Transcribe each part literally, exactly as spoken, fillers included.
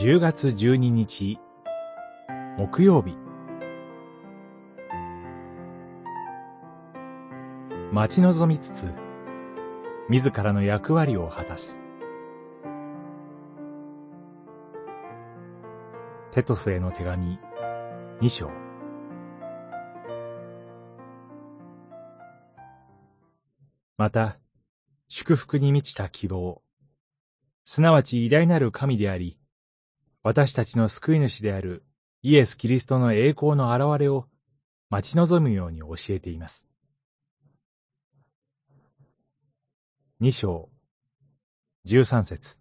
じゅうがつじゅうににち木曜日。待ち望みつつ自らの役割を果たす。テトスへの手紙に章。また祝福に満ちた希望、すなわち偉大なる神であり、私たちの救い主であるイエス・キリストの栄光の現れを待ち望むように教えています。に章じゅうさん節。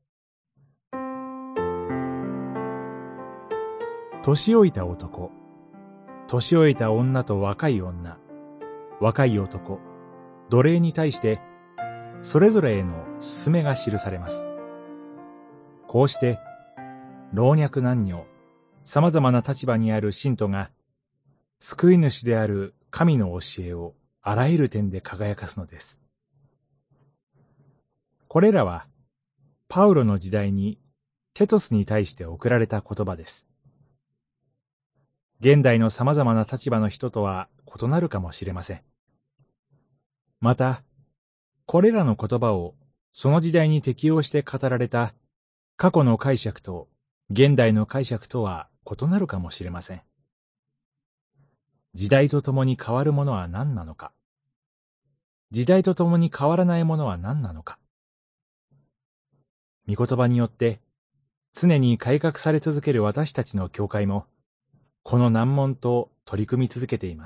年老いた男、年老いた女と若い女、若い男、奴隷に対してそれぞれへの勧めが記されます。こうして老若男女、様々な立場にある信徒が救い主である神の教えをあらゆる点で輝かすのです。これらはパウロの時代にテトスに対して送られた言葉です。現代の様々な立場の人とは異なるかもしれません。また、これらの言葉をその時代に適用して語られた過去の解釈と現代の解釈とは異なるかもしれません。時代とともに変わるものは何なのか、時代とともに変わらないものは何なのか。御言葉によって常に改革され続ける私たちの教会もこの難問と取り組み続けています。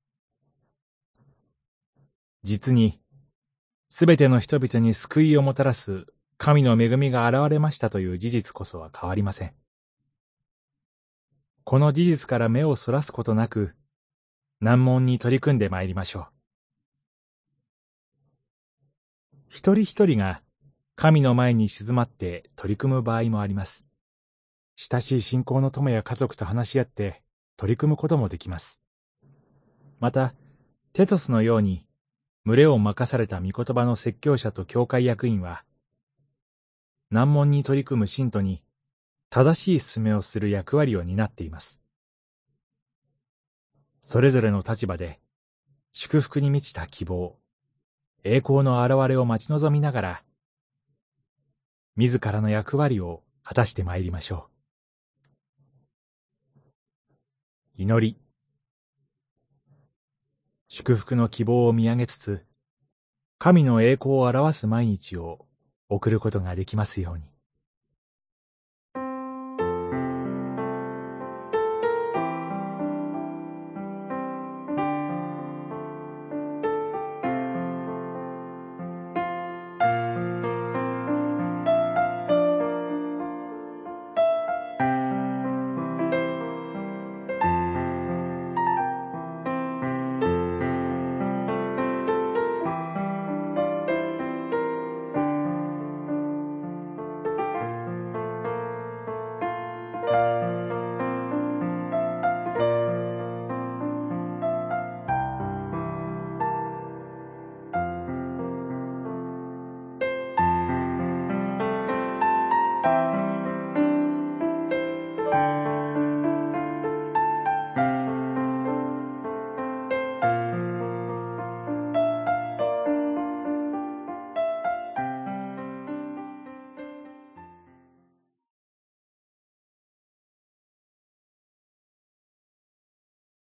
実にすべての人々に救いをもたらす神の恵みが現れましたという事実こそは変わりません。この事実から目をそらすことなく難問に取り組んでまいりましょう。一人一人が神の前に静まって取り組む場合もあります。親しい信仰の友や家族と話し合って取り組むこともできます。また、テトスのように群れを任された御言葉の説教者と教会役員は、難問に取り組む信徒に正しい勧めをする役割を担っています。それぞれの立場で祝福に満ちた希望、栄光の現れを待ち望みながら、自らの役割を果たしてまいりましょう。祈り。祝福の希望を見上げつつ、神の栄光を表す毎日を送ることができますように。